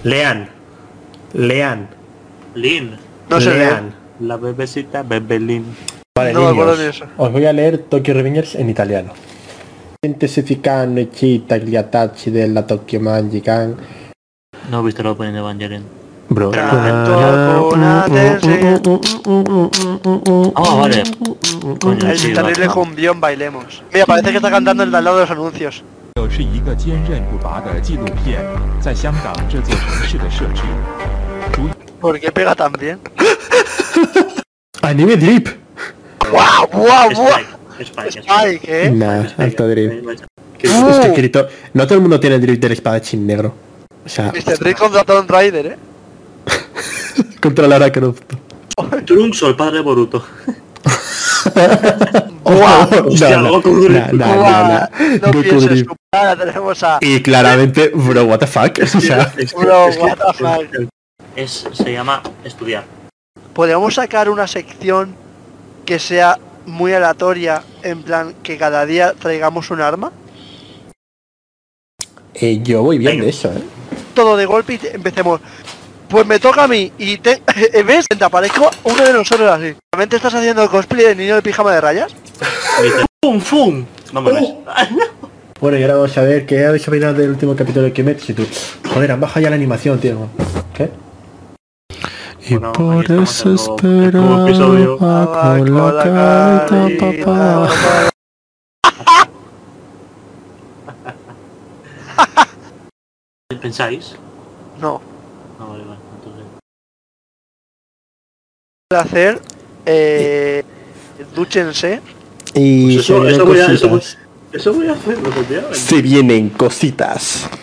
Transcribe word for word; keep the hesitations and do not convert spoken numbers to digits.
Lean. Lean. Lin. No sé Lean. La bebecita Bebelin. Vale, No me acuerdo niños, ni eso. os voy a leer Tokyo Revengers en italiano. Intensificando y chita gli attacchi della Tokyo Magican. No he visto la opening de Evangelion. Bro. Tanto alguna te enseña. Ah, vale. Coño, El sí, terrible va. cumbión bailemos. Mira, parece que está cantando el de al lado de los anuncios. 是一个坚韧不拔的纪录片，在香港这座城市的设置。 ¿Por qué pega tan bien? Anime Drip. ¡Guau, guau, guau! Spike, Spike, Spike, ¿eh? Nah, alto drip. Que Uh. es que grito. No todo el mundo tiene el drip del espadachín negro. O sea, mister Drake contra Tomb Raider, ¿eh? controlar a Croft. Trunks o el padre de Boruto. ¡Guau! Hostia, no, no, Goku Drip. no, no, Guau, no, no Goku pienses, Drip. ahora tenemos a... Y claramente, bro, what the fuck. O sea, Es que- Bro, es que- what the fuck. Es, se llama estudiar. Podríamos sacar una sección que sea muy aleatoria, en plan que cada día traigamos un arma. eh, yo voy bien Venga. de eso, eh. Todo de golpe y te- empecemos. Pues me toca a mí y te... ¿Ves? Te aparezco uno de nosotros así. ¿Realmente estás haciendo cosplay de niño de pijama de rayas? Y dice, ¡fum, fum! No me ves. Bueno, y ahora vamos a ver qué habéis opinado del último capítulo de Kimetsu. Y tú, joder, han bajado ya la animación, tío. ¿Qué? Y Bueno, por aquí estamos eso en lo- espero el nuevo episodio. Ah, con con la carita, papá. ¿Pensáis? No. Ah, vale, vale. Entonces... Voy a hacer... Eh... Dúchense. Y Pues se eso, vienen eso, voy a, eso, voy, cositas. eso voy a hacer, efectivamente. Se vienen cositas.